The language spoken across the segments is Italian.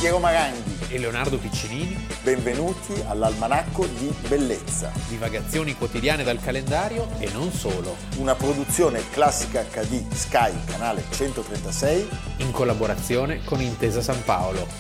Piero Maranghi e Leonardo Piccinini. Benvenuti all'Almanacco di Bellezza. Divagazioni quotidiane dal calendario e non solo. Una produzione Classica HD Sky, canale 136. In collaborazione con Intesa San Paolo.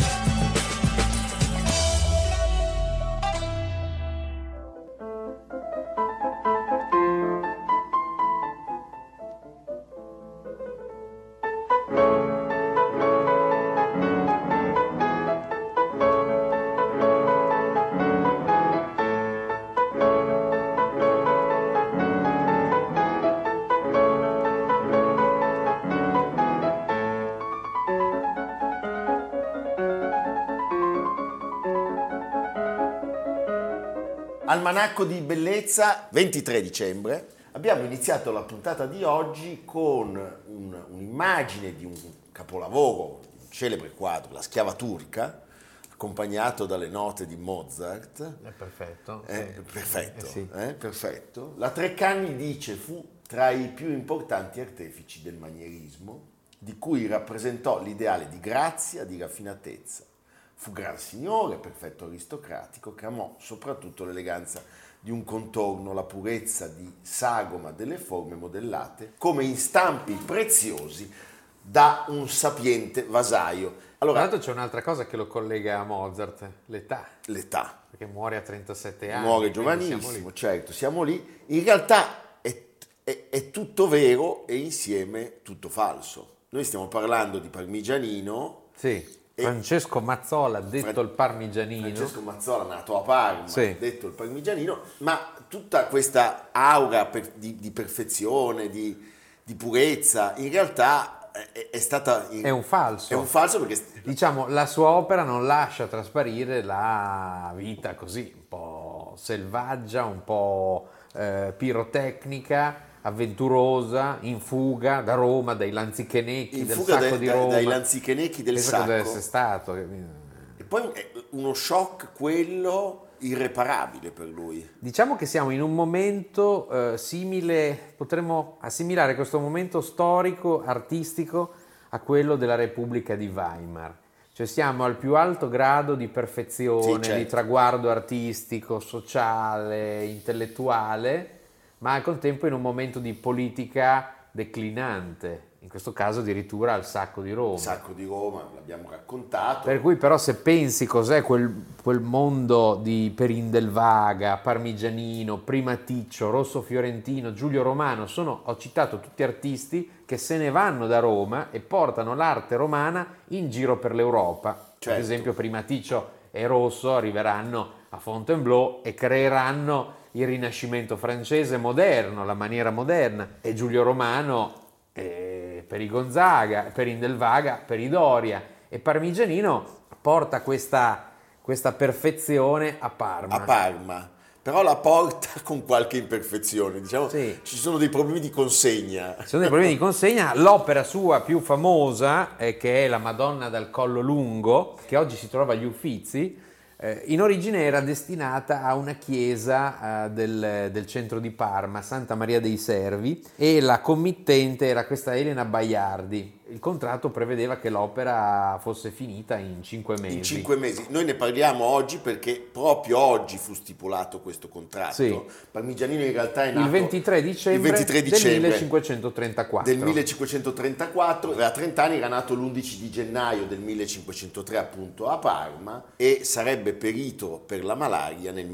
Almanacco di Bellezza, 23 dicembre. Abbiamo iniziato la puntata di oggi con un'immagine di un capolavoro, un celebre quadro, La schiava turca, accompagnato dalle note di Mozart. È perfetto. Perfetto, sì. Perfetto. La Treccani dice fu tra i più importanti artefici del manierismo, di cui rappresentò l'ideale di grazia, di raffinatezza. Fu gran signore, perfetto aristocratico, che amò soprattutto l'eleganza di un contorno, la purezza di sagoma delle forme modellate, come in stampi preziosi da un sapiente vasaio. Allora, tra l'altro c'è un'altra cosa che lo collega a Mozart, l'età. L'età. Perché muore a 37 anni. Muore giovanissimo, certo, siamo lì. In realtà è tutto vero e insieme tutto falso. Noi stiamo parlando di Parmigianino. Sì. Francesco Mazzola, detto il Parmigianino. Francesco Mazzola, nato a Parma, sì. Detto il Parmigianino, ma tutta questa aura di perfezione, di purezza, in realtà è stata... È un falso. È un falso perché... Diciamo, la sua opera non lascia trasparire la vita così, un po' selvaggia, un po' pirotecnica, avventurosa, in fuga da Roma, dai lanzichenecchi del sacco di Roma. Dai lanzichenecchi del sacco. Deve essere stato. E poi è uno shock quello irreparabile per lui. Diciamo che siamo in un momento simile, potremmo assimilare questo momento storico, artistico, a quello della Repubblica di Weimar. Cioè siamo al più alto grado di perfezione, sì, certo. Di traguardo artistico, sociale, intellettuale, ma al contempo in un momento di politica declinante, in questo caso addirittura al sacco di Roma. Il sacco di Roma, l'abbiamo raccontato. Per cui però se pensi cos'è quel mondo di Perindelvaga, Parmigianino, Primaticcio, Rosso Fiorentino, Giulio Romano, ho citato tutti artisti che se ne vanno da Roma e portano l'arte romana in giro per l'Europa. Certo. Ad esempio Primaticcio e Rosso arriveranno a Fontainebleau e creeranno il Rinascimento francese moderno, la maniera moderna, e Giulio Romano per i Gonzaga, per Indelvaga, per i Doria, e Parmigianino porta questa perfezione a Parma. A Parma, però la porta con qualche imperfezione, diciamo. Sì. Ci sono dei problemi di consegna. L'opera sua più famosa, che è la Madonna dal Collo Lungo, che oggi si trova agli Uffizi, in origine era destinata a una chiesa del centro di Parma, Santa Maria dei Servi, e la committente era questa Elena Baiardi. Il contratto prevedeva che l'opera fosse finita in 5 mesi. In 5 mesi. Noi ne parliamo oggi perché proprio oggi fu stipulato questo contratto. Sì. Parmigianino in realtà è nato il 23 dicembre del 1534. Del 1534, aveva 30 anni, era nato l'11 di gennaio del 1503 appunto a Parma e sarebbe perito per la malaria nel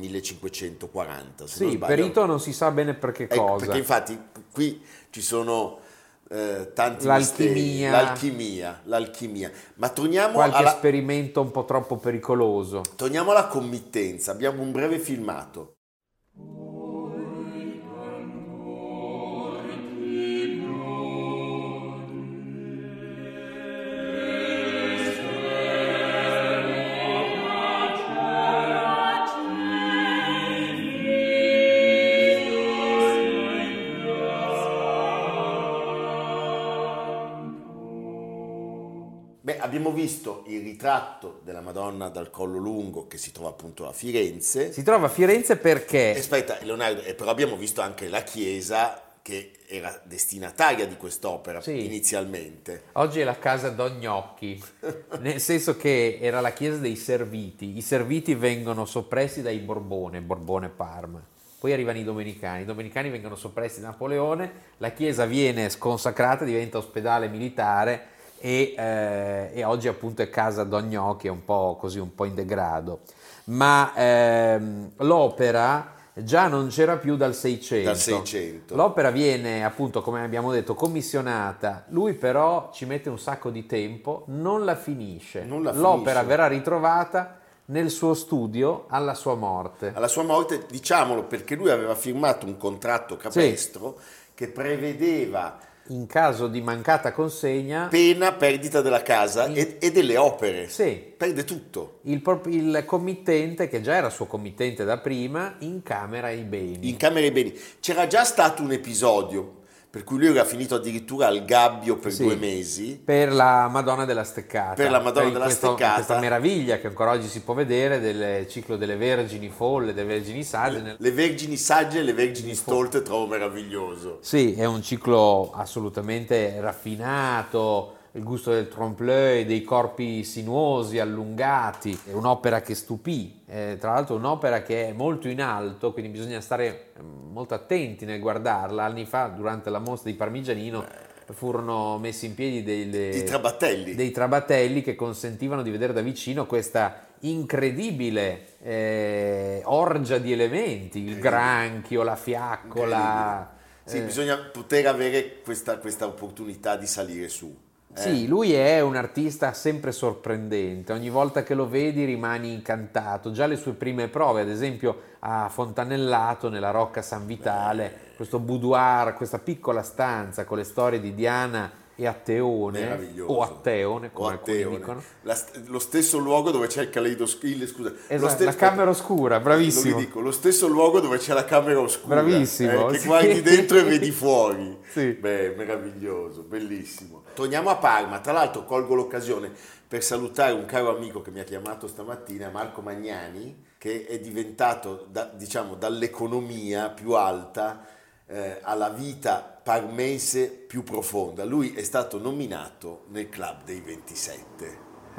1540. Se non Sì, sbaglio. perito non si sa bene per che cosa. Perché infatti qui ci sono... tanti l'alchimia. L'alchimia. Ma torniamo qualche esperimento un po' troppo pericoloso. Torniamo alla committenza. Abbiamo un breve filmato. Abbiamo visto il ritratto della Madonna dal Collo Lungo che si trova appunto a Firenze. Si trova a Firenze perché? Aspetta, Leonardo, però abbiamo visto anche la chiesa che era destinataria di quest'opera inizialmente. Oggi è la casa d'Ognocchi, nel senso che era la chiesa dei Serviti. I Serviti vengono soppressi dai Borbone Parma. Poi arrivano i Domenicani vengono soppressi da Napoleone, la chiesa viene sconsacrata, diventa ospedale militare e oggi appunto è casa d'Ognocchi, è un po' così, un po' in degrado. Ma l'opera già non c'era più dal 600. L'opera viene appunto, come abbiamo detto, commissionata, lui però ci mette un sacco di tempo, non la finisce. L'opera verrà ritrovata nel suo studio alla sua morte. Alla sua morte, diciamolo, perché lui aveva firmato un contratto capestro che prevedeva, in caso di mancata consegna, pena perdita della casa e delle opere. Perde tutto. Il committente, che già era suo committente da prima, incamera i beni. C'era già stato un episodio per cui lui era finito addirittura al gabbio per 2 mesi. Per la Madonna della Steccata. Steccata. Questa meraviglia che ancora oggi si può vedere del ciclo delle Vergini folle, delle Vergini sagge. Le Vergini sagge e le Vergini stolte trovo meraviglioso. Sì, è un ciclo assolutamente raffinato, il gusto del trompe-l'œil, dei corpi sinuosi, allungati, è un'opera che stupì, tra l'altro un'opera che è molto in alto, quindi bisogna stare molto attenti nel guardarla. Anni fa, durante la mostra di Parmigianino, furono messi in piedi dei trabattelli che consentivano di vedere da vicino questa incredibile orgia di elementi, il granchio, la fiaccola. Sì, bisogna poter avere questa opportunità di salire su. Sì, lui è un artista sempre sorprendente, ogni volta che lo vedi rimani incantato. Già le sue prime prove, ad esempio a Fontanellato, nella Rocca San Vitale, questo boudoir, questa piccola stanza con le storie di Diana e Atteone, o Atteone, come alcuni dicono. Lo stesso luogo dove c'è il caleidoscopio, scusa. La camera oscura, bravissimo. Lo stesso luogo dove c'è la camera oscura. Bravissimo. Che guardi dentro e vedi fuori. Beh, meraviglioso, bellissimo. Torniamo a Parma, tra l'altro colgo l'occasione per salutare un caro amico che mi ha chiamato stamattina, Marco Magnani, che è diventato, dall'economia più alta alla vita parmense più profonda. Lui è stato nominato nel club dei 27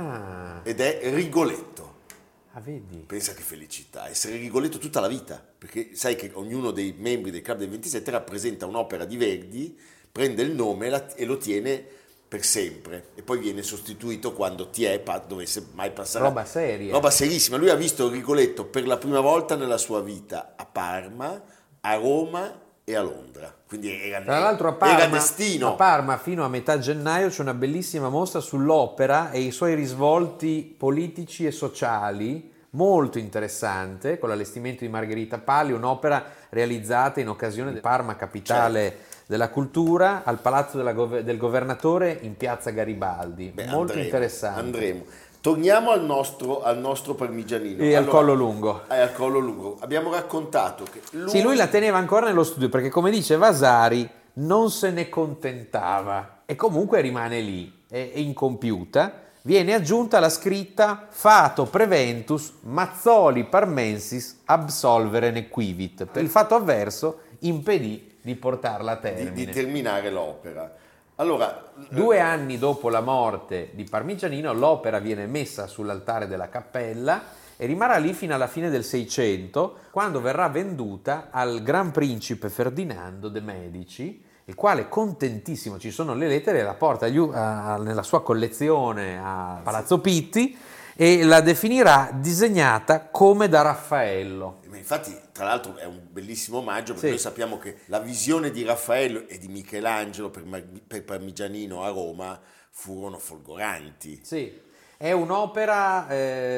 ed è Rigoletto. Vedi? Pensa che felicità, essere Rigoletto tutta la vita, perché sai che ognuno dei membri del club dei 27 rappresenta un'opera di Verdi, prende il nome e lo tiene per sempre e poi viene sostituito quando dovesse mai passare. Roba seria. Roba serissima. Lui ha visto Rigoletto per la prima volta nella sua vita a Parma, a Roma e a Londra. Quindi tra l'altro era destino. A Parma fino a metà gennaio c'è una bellissima mostra sull'opera e i suoi risvolti politici e sociali, molto interessante, con l'allestimento di Margherita Palli, un'opera realizzata in occasione di Parma, capitale della cultura, al Palazzo del Governatore in piazza Garibaldi. Molto interessante. Andremo. Torniamo al nostro Parmigianino. E al Collo Lungo. Al Collo Lungo. Abbiamo raccontato che lui la teneva ancora nello studio, perché come dice Vasari non se ne contentava e comunque rimane lì, è incompiuta. Viene aggiunta la scritta Fato preventus Mazzoli Parmensis absolvere nequivit. Il fatto avverso impedì di portarla a termine. Di terminare l'opera. Allora, 2 anni dopo la morte di Parmigianino, l'opera viene messa sull'altare della cappella e rimarrà lì fino alla fine del 600, quando verrà venduta al Gran Principe Ferdinando de' Medici, il quale, contentissimo, ci sono le lettere, la porta nella sua collezione a Palazzo Pitti e la definirà disegnata come da Raffaello. Infatti, tra l'altro, è un bellissimo omaggio, perché noi sappiamo che la visione di Raffaello e di Michelangelo per Parmigianino a Roma furono folgoranti. Sì, è un'opera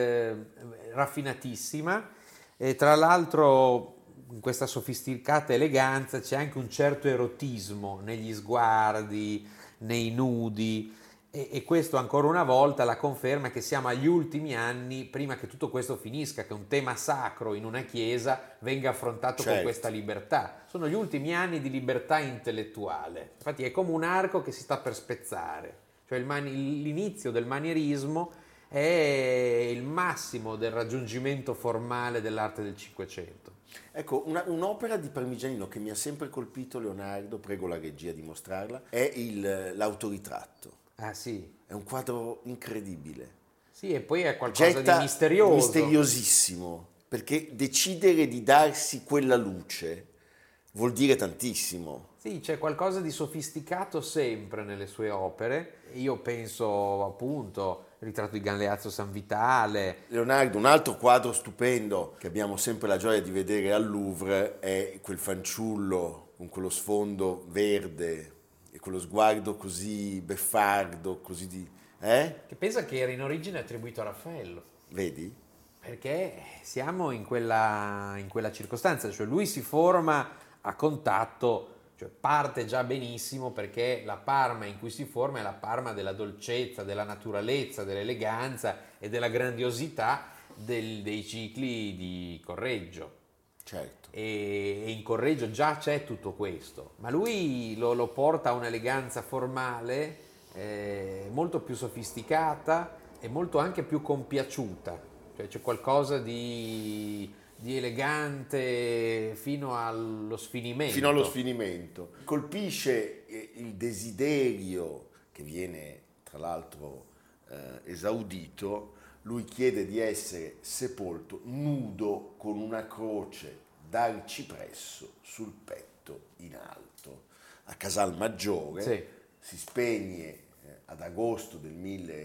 raffinatissima e tra l'altro in questa sofisticata eleganza c'è anche un certo erotismo negli sguardi, nei nudi. E questo ancora una volta la conferma che siamo agli ultimi anni prima che tutto questo finisca, che un tema sacro in una chiesa venga affrontato con questa libertà. Sono gli ultimi anni di libertà intellettuale. Infatti è come un arco che si sta per spezzare, cioè l'inizio del manierismo è il massimo del raggiungimento formale dell'arte del Cinquecento. Ecco, un'opera di Parmigianino che mi ha sempre colpito, Leonardo, prego la regia di mostrarla, è l'autoritratto. Ah sì. È un quadro incredibile. Sì, e poi è qualcosa di misteriosissimo, perché decidere di darsi quella luce vuol dire tantissimo. Sì, c'è qualcosa di sofisticato sempre nelle sue opere. Io penso appunto il ritratto di Galeazzo Sanvitale. Leonardo, un altro quadro stupendo che abbiamo sempre la gioia di vedere al Louvre è quel fanciullo con quello sfondo verde e quello sguardo così beffardo, così di... Che pensa che era in origine attribuito a Raffaello. Vedi? Perché siamo in quella circostanza, cioè lui si forma a contatto, cioè parte già benissimo, perché la Parma in cui si forma è la Parma della dolcezza, della naturalezza, dell'eleganza e della grandiosità dei cicli di Correggio. Certo. E in Correggio già c'è tutto questo, ma lui lo porta a un'eleganza formale molto più sofisticata e molto anche più compiaciuta, cioè c'è qualcosa di elegante fino allo sfinimento. Fino allo sfinimento. Colpisce il desiderio che viene tra l'altro esaudito. Lui chiede di essere sepolto nudo con una croce d'arcipresso sul petto in alto. A Casalmaggiore si spegne ad agosto del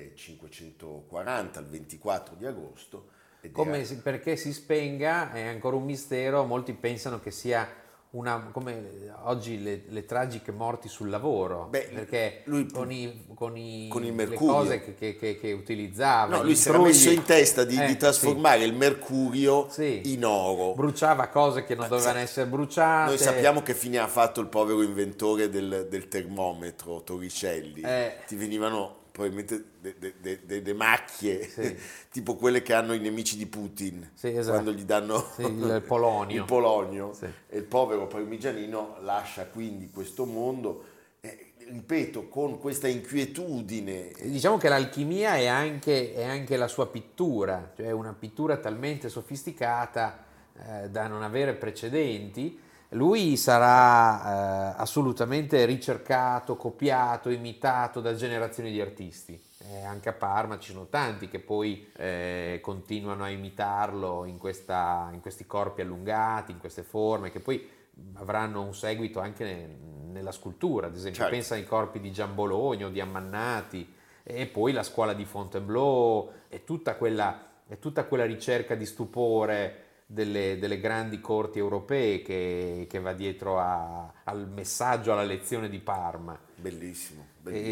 1540, il 24 di agosto. Perché si spenga è ancora un mistero. Molti pensano che sia come oggi le tragiche morti sul lavoro, perché lui con il le cose che utilizzava, lui si era messo in testa di trasformare il mercurio in oro, bruciava cose che non dovevano essere bruciate. Noi sappiamo che fine ha fatto il povero inventore del termometro, Torricelli. Ti venivano probabilmente delle macchie, tipo quelle che hanno i nemici di Putin, quando gli danno il polonio. Il polonio. E il povero Parmigianino lascia quindi questo mondo, ripeto, con questa inquietudine. Diciamo che l'alchimia è anche la sua pittura, cioè una pittura talmente sofisticata da non avere precedenti. Lui sarà assolutamente ricercato, copiato, imitato da generazioni di artisti. Anche a Parma ci sono tanti che poi continuano a imitarlo in questi corpi allungati, in queste forme, che poi avranno un seguito anche nella scultura. Ad esempio, pensa ai corpi di Giambologno, di Ammannati, e poi la scuola di Fontainebleau, e tutta quella ricerca di stupore delle grandi corti europee che va dietro al messaggio, alla lezione di Parma. Bellissimo.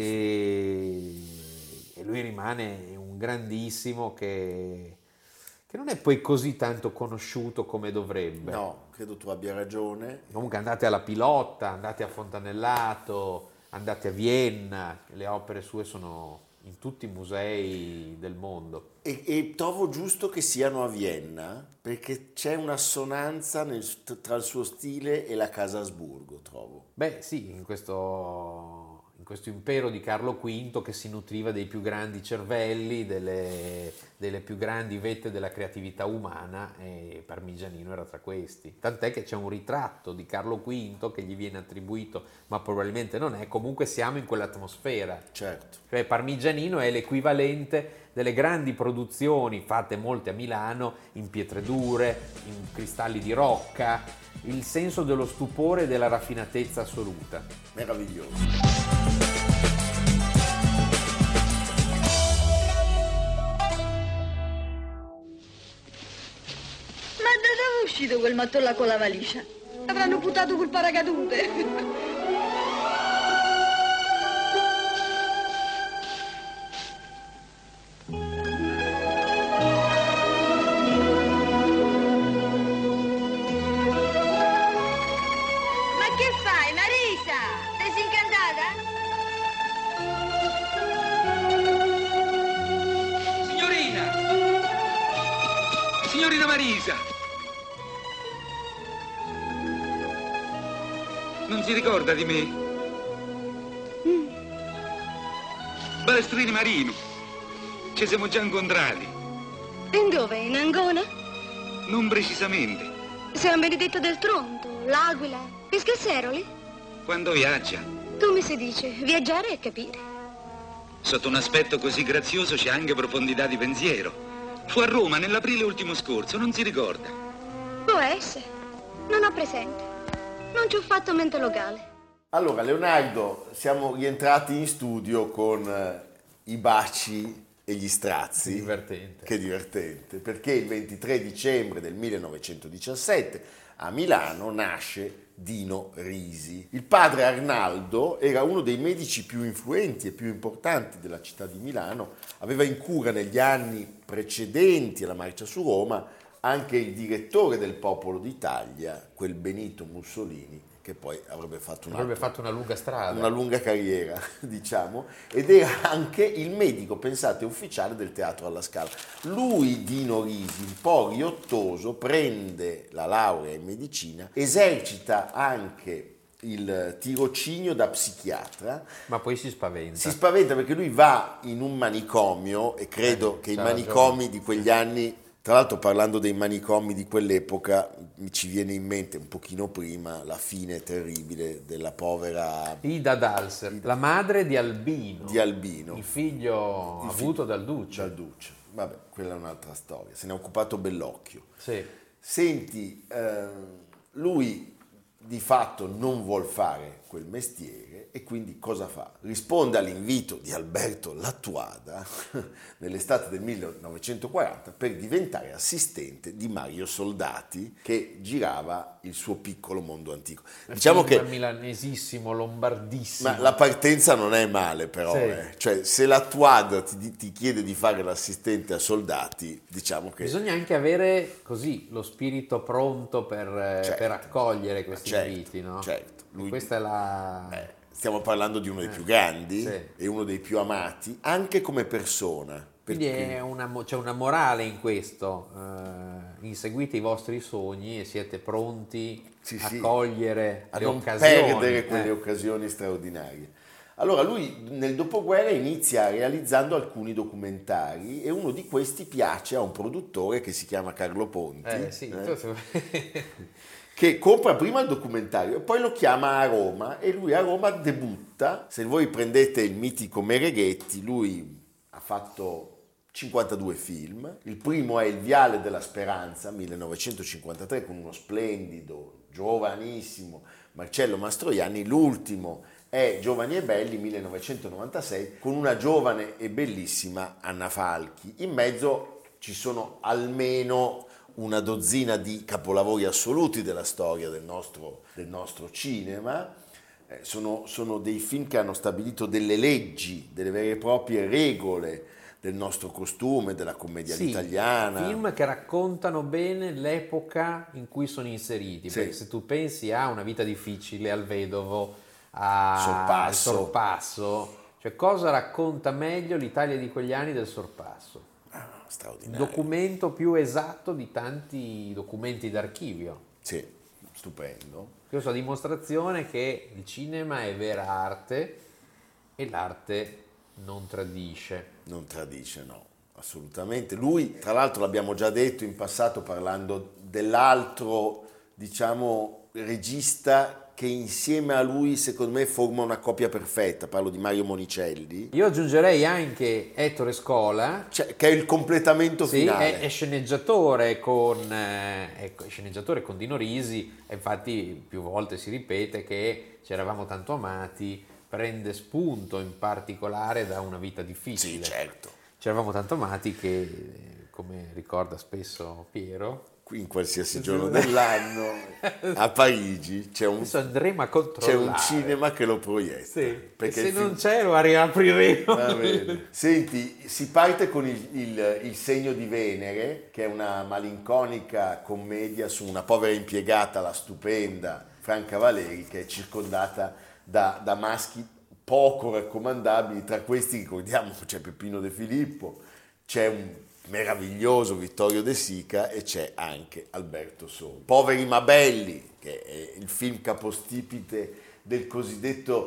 E lui rimane un grandissimo che non è poi così tanto conosciuto come dovrebbe. No, credo tu abbia ragione. Comunque andate alla Pilotta, andate a Fontanellato, andate a Vienna, le opere sue sono in tutti i musei del mondo. E trovo giusto che siano a Vienna, perché c'è un'assonanza tra il suo stile e la Casa Asburgo, trovo. Sì, in questo impero di Carlo V, che si nutriva dei più grandi cervelli, delle più grandi vette della creatività umana, e Parmigianino era tra questi. Tant'è che c'è un ritratto di Carlo V che gli viene attribuito, ma probabilmente non è. Comunque siamo in quell'atmosfera. Certo. Cioè Parmigianino è l'equivalente delle grandi produzioni fatte molte a Milano, in pietre dure, in cristalli di rocca, il senso dello stupore e della raffinatezza assoluta. Meraviglioso. Ma da dove è uscito quel mattone là con la valigia? Avranno buttato col paracadute. Signorina Marisa! Non si ricorda di me? Balestrini Marino. Ci siamo già incontrati. E dove? In Angona? Non precisamente. San Benedetto del Tronto, l'Aquila, Pescasseroli? Quando viaggia. Come si dice, viaggiare e capire. Sotto un aspetto così grazioso c'è anche profondità di pensiero. Fu a Roma nell'aprile ultimo scorso, non si ricorda. Può essere. Non ho presente. Non ci ho fatto mente locale. Allora, Leonardo, siamo rientrati in studio con i baci e gli strazi. Divertente. Che divertente, perché il 23 dicembre del 1917 a Milano nasce Dino Risi. Il padre Arnaldo era uno dei medici più influenti e più importanti della città di Milano, aveva in cura negli anni precedenti alla marcia su Roma anche il direttore del Popolo d'Italia, quel Benito Mussolini, che poi avrebbe fatto una lunga strada. una lunga carriera, diciamo, ed era anche il medico, pensate, ufficiale del Teatro alla Scala. Lui, Dino Risi, un po' riottoso, prende la laurea in medicina, esercita anche il tirocinio da psichiatra. Ma poi si spaventa. Si spaventa perché lui va in un manicomio e credo che i manicomi di quegli anni, tra l'altro parlando dei manicomi di quell'epoca, mi ci viene in mente un pochino prima la fine terribile della povera Ida Dalser, la madre di Albino. il figlio avuto dal Duce. dal Duce. Vabbè, quella è un'altra storia, se ne è occupato Bellocchio. Sì. Senti, lui di fatto non vuol fare quel mestiere e quindi cosa fa? Risponde all'invito di Alberto Lattuada nell'estate del 1940 per diventare assistente di Mario Soldati, che girava il suo piccolo mondo antico. Diciamo che milanesissimo, lombardissimo. ma la partenza non è male, però. Sì. Cioè, se Lattuada ti chiede di fare l'assistente a Soldati, diciamo che... Bisogna anche avere così lo spirito pronto per Certo. accogliere questi Certo, inviti, no? certo. Lui- Questa è la... Stiamo parlando di uno dei più grandi sì. e uno dei più amati, anche come persona. Quindi perché- c'è una morale in questo, inseguite i vostri sogni e siete pronti Sì, a sì, cogliere a le non occasioni. perdere quelle occasioni straordinarie. Allora lui nel dopoguerra inizia realizzando alcuni documentari e uno di questi piace a un produttore che si chiama Carlo Ponti, Sì, che compra prima il documentario e poi lo chiama a Roma e lui a Roma debutta. Se voi prendete il mitico Mereghetti, lui ha fatto 52 film. Il primo è Il Viale della Speranza, 1953, con uno splendido, giovanissimo Marcello Mastroianni. L'ultimo è Giovani e Belli, 1996, con una giovane e bellissima Anna Falchi. In mezzo ci sono almeno una dozzina di capolavori assoluti della storia del nostro cinema. Sono dei film che hanno stabilito delle leggi, delle vere e proprie regole del nostro costume, della commedia all'italiana. Film che raccontano bene l'epoca in cui sono inseriti, Sì. perché se tu pensi a Una vita difficile, al Vedovo, a Sorpasso. al Sorpasso, cioè cosa racconta meglio l'Italia di quegli anni del Sorpasso? Il Straordinario. documento più esatto di tanti documenti d'archivio. Sì, stupendo. Questa è la dimostrazione che il cinema è vera arte e l'arte non tradisce. Non tradisce, no, assolutamente. Lui, tra l'altro, l'abbiamo già detto in passato parlando dell'altro, diciamo, regista che insieme a lui, secondo me, forma una coppia perfetta. Parlo di Mario Monicelli, Io aggiungerei anche Ettore Scola, che è il completamento sì, finale. è sceneggiatore con Dino Risi, e infatti più volte si ripete che Ci eravamo tanto amati, prende spunto in particolare da Una vita difficile. Sì, certo. Ci eravamo tanto amati che, come ricorda spesso Piero, Qui in qualsiasi giorno dell'anno a Parigi c'è un adesso andremo a controllare. cinema che lo proietta. Sì, e perché se il film- non c'è lo riapriremo. Va bene. Senti, si parte con il segno di Venere, che è una malinconica commedia su una povera impiegata, la stupenda Franca Valeri, che è circondata da maschi poco raccomandabili. Tra questi ricordiamo c'è Peppino De Filippo, c'è un meraviglioso Vittorio De Sica e c'è anche Alberto Sordi. Poveri ma belli, che è il film capostipite del cosiddetto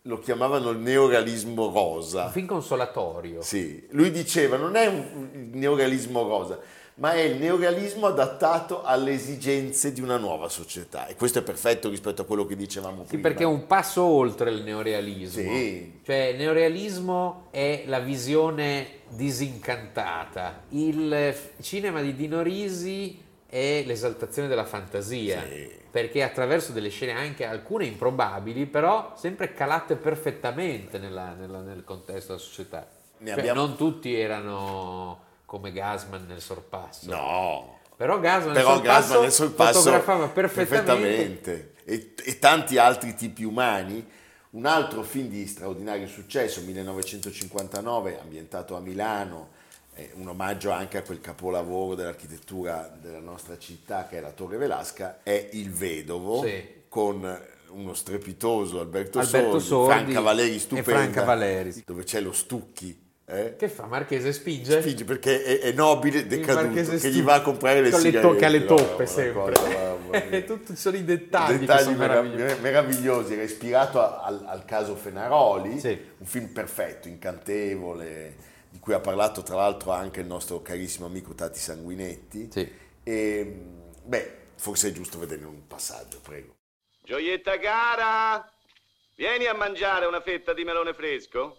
lo chiamavano il neorealismo rosa. Un film consolatorio. Sì, lui diceva non è il neorealismo rosa, ma è il neorealismo adattato alle esigenze di una nuova società. E questo è perfetto rispetto a quello che dicevamo Sì, prima. perché è un passo oltre il neorealismo. Sì. Cioè, il neorealismo è la visione disincantata. Il cinema di Dino Risi è l'esaltazione della fantasia. Sì. Perché attraverso delle scene anche alcune improbabili, però sempre calate perfettamente nel contesto della società. Cioè, non tutti erano come Gassman nel Sorpasso. No. Però Gassman nel Sorpasso fotografava perfettamente. E tanti altri tipi umani. Un altro film di straordinario successo, 1959, ambientato a Milano, un omaggio anche a quel capolavoro dell'architettura della nostra città che è la Torre Velasca, è Il Vedovo, sì, con uno strepitoso Alberto Sordi, Franca Valeri stupenda, e Franca Valeri, dove c'è lo Stucchi. Che fa? Marchese spinge perché è nobile, decaduto, che gli va a comprare le con sigarette. Con le toppe sempre. Tutti sono i dettagli che sono meravigliosi. Era ispirato al caso Fenaroli, sì, un film perfetto, incantevole, di cui ha parlato tra l'altro anche il nostro carissimo amico Tati Sanguinetti. Sì. E, forse è giusto vedere un passaggio, prego. Gioietta cara, vieni a mangiare una fetta di melone fresco?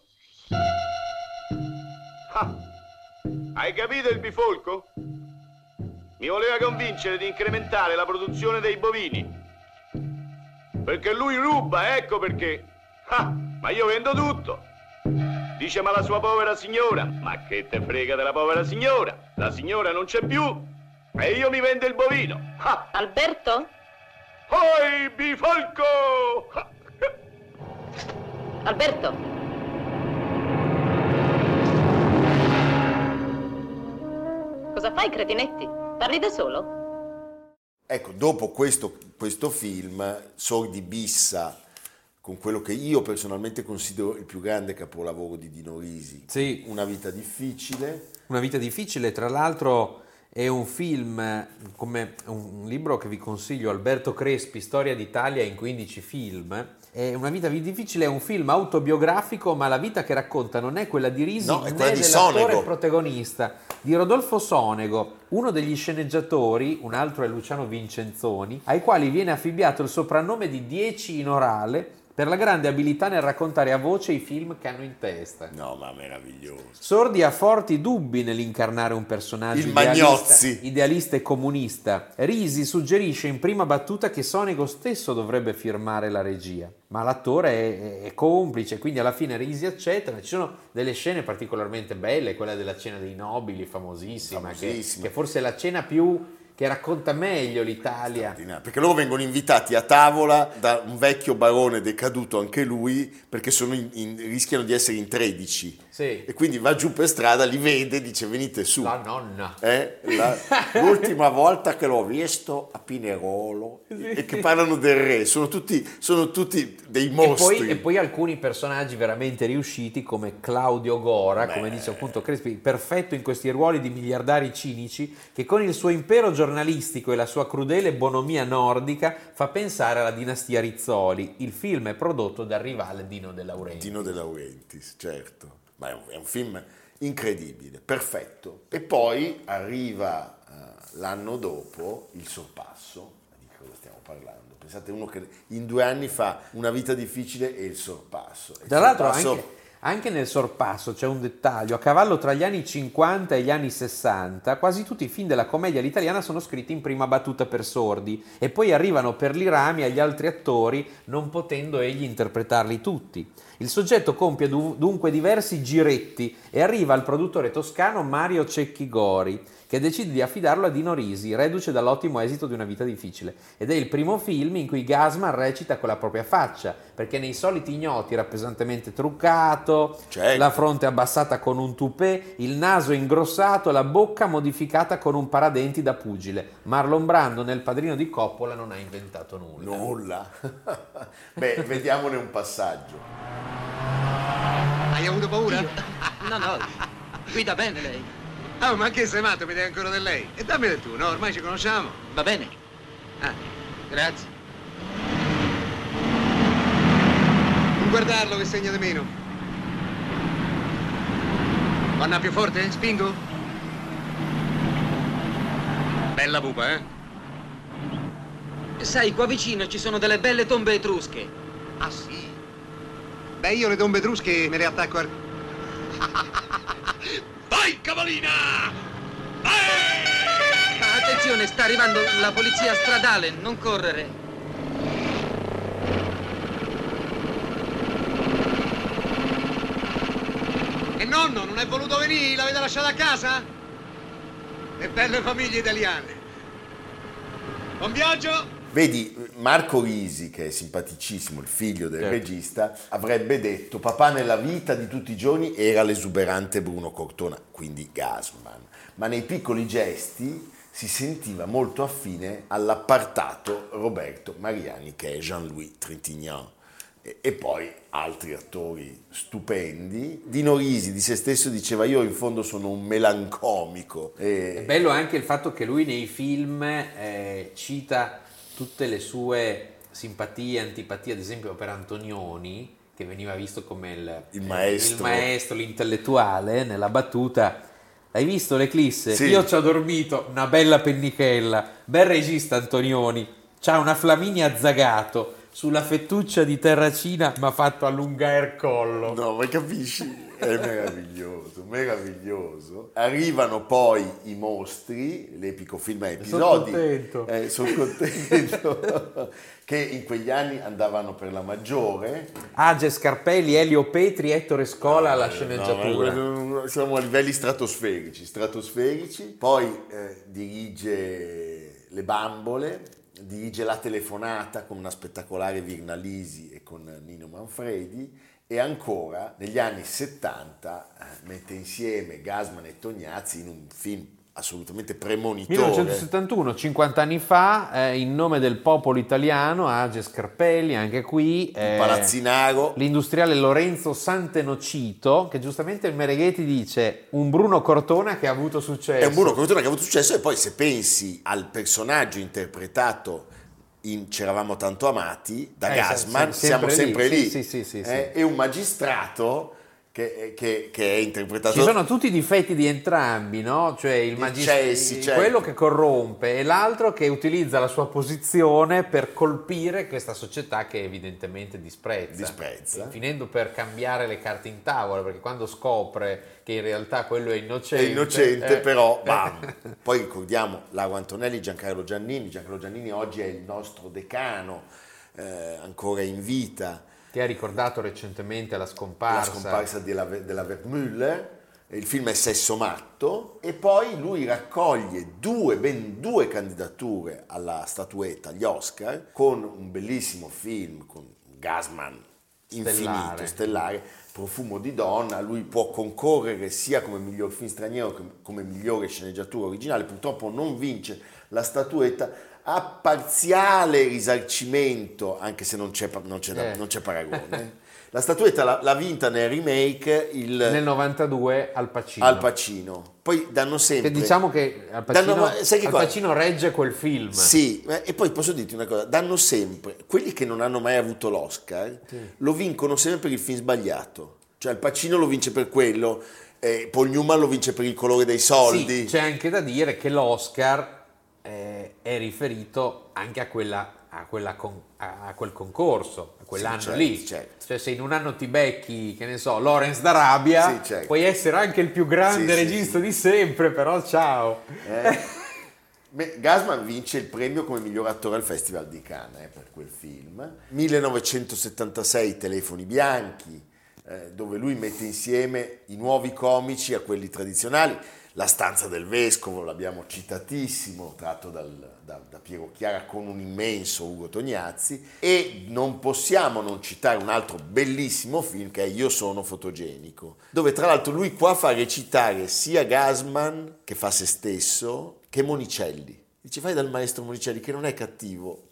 Ah, hai capito il bifolco? Mi voleva convincere di incrementare la produzione dei bovini. Perché lui ruba, ecco perché. Ah, ma io vendo tutto. Dice, ma la sua povera signora? Ma che te frega della povera signora? La signora non c'è più e io mi vendo il bovino. Ah. Alberto? Oi, bifolco! Ah. Alberto? Cosa fai, cretinetti? Parli da solo? Ecco, dopo questo film, Sordi bissa con quello che io personalmente considero il più grande capolavoro di Dino Risi. Sì. Una vita difficile. Una vita difficile, tra l'altro è un film, come un libro che vi consiglio, Alberto Crespi, Storia d'Italia in 15 film. È Una vita difficile, è un film autobiografico, ma la vita che racconta non è quella di Risi, no, è né quella di dell'attore Sonego, protagonista, di Rodolfo Sonego, uno degli sceneggiatori, un altro è Luciano Vincenzoni, ai quali viene affibbiato il soprannome di 10 in orale per la grande abilità nel raccontare a voce i film che hanno in testa. No, ma meraviglioso. Sordi ha forti dubbi nell'incarnare un personaggio idealista e comunista. Risi suggerisce in prima battuta che Sonego stesso dovrebbe firmare la regia, ma l'attore è complice, quindi alla fine Risi accetta. Ci sono delle scene particolarmente belle, quella della cena dei nobili, famosissima. Che forse è la cena più che racconta meglio l'Italia. Perché loro vengono invitati a tavola da un vecchio barone decaduto anche lui, perché rischiano di essere in 13. Sì. E quindi va giù per strada, li vede e dice venite su. La nonna. L'ultima volta che l'ho visto a Pinerolo, sì, e che parlano del re, sono tutti dei mostri. E poi alcuni personaggi veramente riusciti come Claudio Gora, come dice appunto Crespi, perfetto in questi ruoli di miliardari cinici, che con il suo impero giornalistico e la sua crudele bonomia nordica fa pensare alla dinastia Rizzoli. Il film è prodotto dal rivale Dino De Laurentiis, certo. Ma è un film incredibile, perfetto. E poi arriva l'anno dopo Il Sorpasso, di cosa stiamo parlando? Pensate, uno che in 2 anni fa Una vita difficile e Il Sorpasso. Tra l'altro anche nel Sorpasso c'è un dettaglio: a cavallo tra gli anni 50 e gli anni 60 quasi tutti i film della commedia all'italiana sono scritti in prima battuta per sordi e poi arrivano per li rami agli altri attori, non potendo egli interpretarli tutti. Il soggetto compie dunque diversi giretti e arriva al produttore toscano Mario Cecchi Gori, che decide di affidarlo a Dino Risi, reduce dall'ottimo esito di Una vita difficile. Ed è il primo film in cui Gassman recita con la propria faccia, perché nei Soliti Ignoti era pesantemente truccato, certo, la fronte abbassata con un toupé, il naso ingrossato, la bocca modificata con un paradenti da pugile. Marlon Brando nel Padrino di Coppola non ha inventato nulla. Beh, vediamone un passaggio. Hai avuto paura? Io? No, guida bene lei. Oh, ma che sei matto, mi dai ancora del lei? E dammi del tu, no? Ormai ci conosciamo. Va bene. Ah, grazie. Comunque guardarlo che segna di meno. Vanna più forte? Spingo? Bella pupa, eh? Sai, qua vicino ci sono delle belle tombe etrusche. Ah, sì? Beh, io le tombe etrusche me le attacco a... Vai, cavalina! Attenzione, sta arrivando la polizia stradale, non correre. E nonno, non è voluto venire? L'avete lasciata a casa? Che belle famiglie italiane. Buon viaggio! Vedi, Marco Risi, che è simpaticissimo, il figlio del regista, avrebbe detto: papà nella vita di tutti i giorni era l'esuberante Bruno Cortona, quindi Gassman, ma nei piccoli gesti si sentiva molto affine all'appartato Roberto Mariani, che è Jean-Louis Trintignant. E poi altri attori stupendi. Dino Risi di se stesso diceva: io in fondo sono un melancomico. È bello anche il fatto che lui nei film cita tutte le sue simpatie, antipatie, ad esempio per Antonioni, che veniva visto come il maestro, l'intellettuale, nella battuta: hai visto l'Eclisse? Sì. Io ci ho dormito, una bella pennichella, bel regista Antonioni, c'ha una Flaminia Zagato, sulla fettuccia di Terracina mi ha fatto allungare il collo. No, ma capisci? È meraviglioso, meraviglioso. Arrivano poi i mostri, l'epico film a episodi. Sono contento. Che in quegli anni andavano per la maggiore. Age Scarpelli, Elio Petri, Ettore Scola alla sceneggiatura. No, siamo a livelli stratosferici. Poi dirige Le Bambole, dirige La Telefonata con una spettacolare Virna Lisi e con Nino Manfredi. E ancora negli anni 70 mette insieme Gassman e Tognazzi in un film assolutamente premonitore. 1971, 50 anni fa, In nome del popolo italiano, Age Scarpelli, anche qui. Palazzinaro. L'industriale Lorenzo Santenocito, che giustamente il Mereghetti dice un Bruno Cortona che ha avuto successo. È un Bruno Cortona che ha avuto successo, e poi se pensi al personaggio interpretato in C'eravamo tanto amati da Gassman, siamo sempre lì. Sì. È un magistrato che è interpretato. Ci sono tutti i difetti di entrambi, no? Cioè il magistrato, certo. Quello che corrompe e l'altro che utilizza la sua posizione per colpire questa società che evidentemente disprezza. Finendo per cambiare le carte in tavola, perché quando scopre che in realtà quello è innocente, però bam. Poi ricordiamo Lauro Antonelli, Giancarlo Giannini oggi è il nostro decano, ancora in vita, che ha ricordato recentemente la scomparsa della Wertmüller. Il film è Sesso matto, e poi lui raccoglie ben due candidature alla statuetta agli Oscar con un bellissimo film con Gassman infinito, stellare, Profumo di donna. Lui può concorrere sia come miglior film straniero che come migliore sceneggiatura originale. Purtroppo non vince la statuetta, a parziale risarcimento, anche se non c'è paragone. La statuetta l'ha vinta nel remake nel 92 Al Pacino. Poi danno sempre, che diciamo che Al Pacino regge quel film. Sì, e poi posso dirti una cosa: danno sempre quelli che non hanno mai avuto l'Oscar, lo vincono sempre per il film sbagliato. Cioè Al Pacino lo vince per quello, Paul Newman lo vince per Il colore dei soldi. Sì, c'è anche da dire che l'Oscar è riferito anche a quel concorso, a quell'anno lì. Certo. Cioè se in un anno ti becchi, che ne so, Lawrence d'Arabia, puoi essere anche il più grande regista di sempre, però ciao. Gassman vince il premio come miglior attore al Festival di Cannes per quel film. 1976 Telefoni bianchi, dove lui mette insieme i nuovi comici a quelli tradizionali. La stanza del vescovo, l'abbiamo citatissimo, tratto da Piero Chiara con un immenso Ugo Tognazzi, e non possiamo non citare un altro bellissimo film che è Io sono fotogenico, dove tra l'altro lui qua fa recitare sia Gassman, che fa se stesso, che Monicelli. Dice: fai dal maestro Monicelli, che non è cattivo.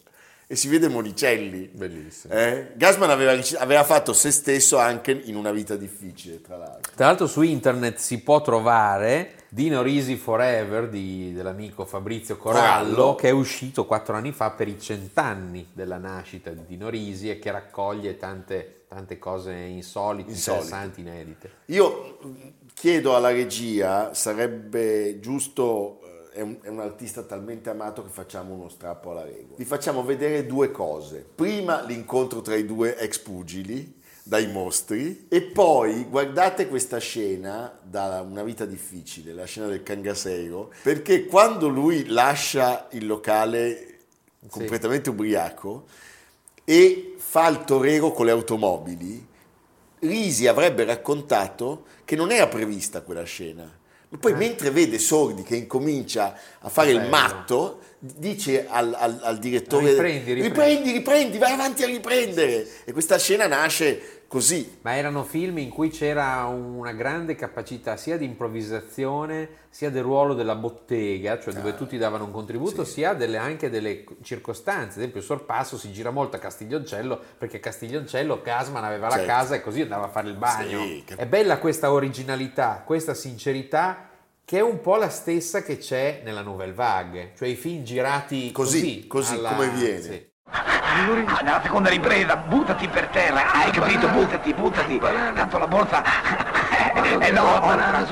e si vede Monicelli. Bellissimo. Gassman aveva fatto se stesso anche in Una vita difficile, tra l'altro. Tra l'altro su internet si può trovare Dino Risi Forever dell'amico Fabrizio Corallo, che è uscito 4 anni fa per i 100 anni della nascita di Dino Risi e che raccoglie tante cose insolite, interessanti, inedite. Io chiedo alla regia, sarebbe giusto, è un artista talmente amato che facciamo uno strappo alla regola. Vi facciamo vedere 2 cose. Prima l'incontro tra i 2 ex pugili, dai mostri, e poi guardate questa scena da Una vita difficile, la scena del cangaseiro, perché quando lui lascia il locale completamente ubriaco e fa il torero con le automobili, Risi avrebbe raccontato che non era prevista quella scena, ma poi mentre vede Sordi che incomincia a fare il matto, dice al direttore riprendi, vai avanti a riprendere, e questa scena nasce così. Ma erano film in cui c'era una grande capacità sia di improvvisazione, sia del ruolo della bottega, cioè dove tutti davano un contributo, sia anche delle circostanze. Ad esempio il Sorpasso si gira molto a Castiglioncello, perché a Castiglioncello Gassman aveva la casa e così andava a fare il bagno. È bella questa originalità, questa sincerità, che è un po' la stessa che c'è nella Nouvelle Vague, cioè i film girati così come viene. Sì. Nella seconda ripresa, buttati per terra, hai capito? Buttati, tanto la borsa è nostra.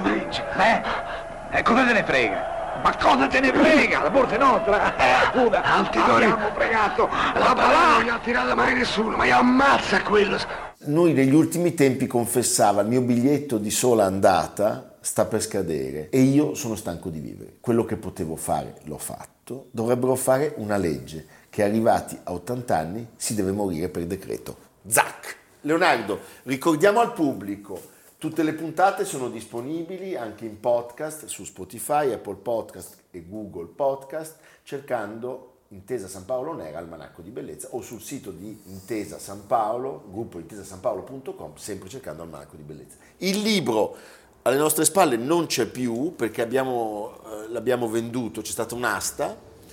Cosa te ne frega? Ma cosa te ne frega? La borsa è nostra. Scusa, abbiamo fregato la palà. Non gli ha tirata mai nessuno, ma io ammazza quello. Noi negli ultimi tempi confessava: il mio biglietto di sola andata sta per scadere e io sono stanco di vivere. Quello che potevo fare l'ho fatto. Dovrebbero fare una legge che arrivati a 80 anni si deve morire per decreto. Zac! Leonardo, ricordiamo al pubblico, tutte le puntate sono disponibili anche in podcast su Spotify, Apple Podcast e Google Podcast, cercando Intesa San Paolo Nera, Almanacco di Bellezza, o sul sito di Intesa San Paolo, gruppo intesasanpaolo.com, sempre cercando Almanacco di Bellezza. Il libro alle nostre spalle non c'è più perché l'abbiamo venduto, c'è stata un'asta.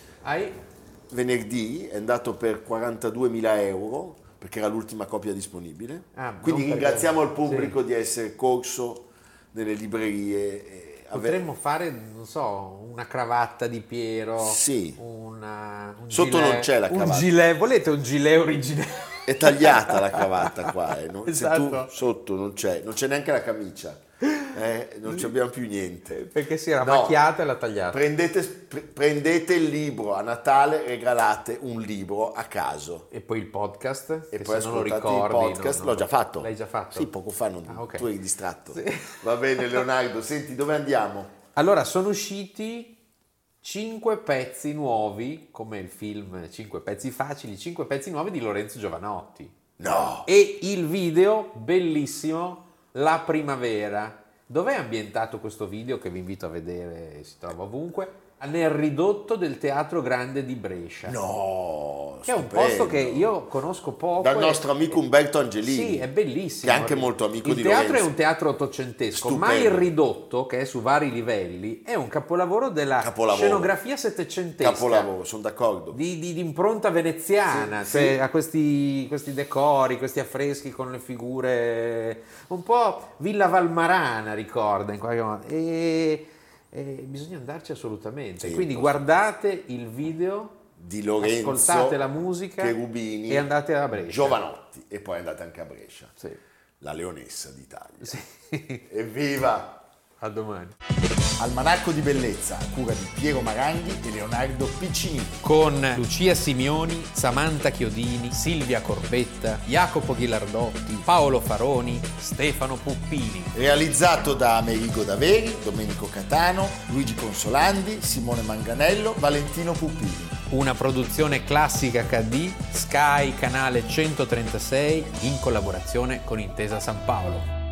Venerdì è andato per 42.000 euro perché era l'ultima copia disponibile. Quindi ringraziamo il pubblico di essere corso nelle librerie. Potremmo fare, non so, una cravatta di Piero. Sì. Un sotto gilet, non c'è la cravatta. Un gilet, volete un gilet originale? È tagliata la cravatta qua. Esatto. Se tu sotto non c'è neanche la camicia. Non ci abbiamo più niente perché si era macchiata e l'ha tagliata. Prendete il libro a Natale, regalate un libro a caso e poi il podcast e che poi se non lo ascoltate ricordi, il podcast. L'ho già fatto. L'hai già fatto? Sì, poco fa. Okay. Tu eri distratto. Sì. Va bene Leonardo, senti, dove andiamo? Allora, sono usciti 5 pezzi nuovi, come il film 5 pezzi facili, 5 pezzi nuovi di Lorenzo Giovanotti. No! E il video bellissimo, La primavera. Dov'è ambientato questo video che vi invito a vedere, si trova ovunque? Nel ridotto del Teatro Grande di Brescia. No, che è un posto che io conosco poco. Dal nostro amico Umberto Angelini. Sì, è bellissimo. Che è anche molto amico di Lorenzo. Il teatro Lorenzo. è un teatro ottocentesco, Stupendo. ma il ridotto, che è su vari livelli, è un capolavoro della scenografia settecentesca. Capolavoro, sono d'accordo. Di impronta veneziana, sì, cioè sì. ha questi decori, questi affreschi con le figure, un po' Villa Valmarana ricorda in qualche modo. E bisogna andarci assolutamente. Sì, quindi guardate il video di Lorenzo, ascoltate la musica Cherubini e andate a Brescia. Giovanotti e poi andate anche a Brescia. Sì. La leonessa d'Italia. Sì. Evviva! A domani. Almanacco di Bellezza, a cura di Piero Maranghi e Leonardo Piccini. Con Lucia Simioni, Samantha Chiodini, Silvia Corbetta, Jacopo Ghilardotti, Paolo Faroni, Stefano Puppini. Realizzato da Amerigo Daveri, Domenico Catano, Luigi Consolandi, Simone Manganello, Valentino Puppini. Una produzione Classica HD, Sky Canale 136, in collaborazione con Intesa San Paolo.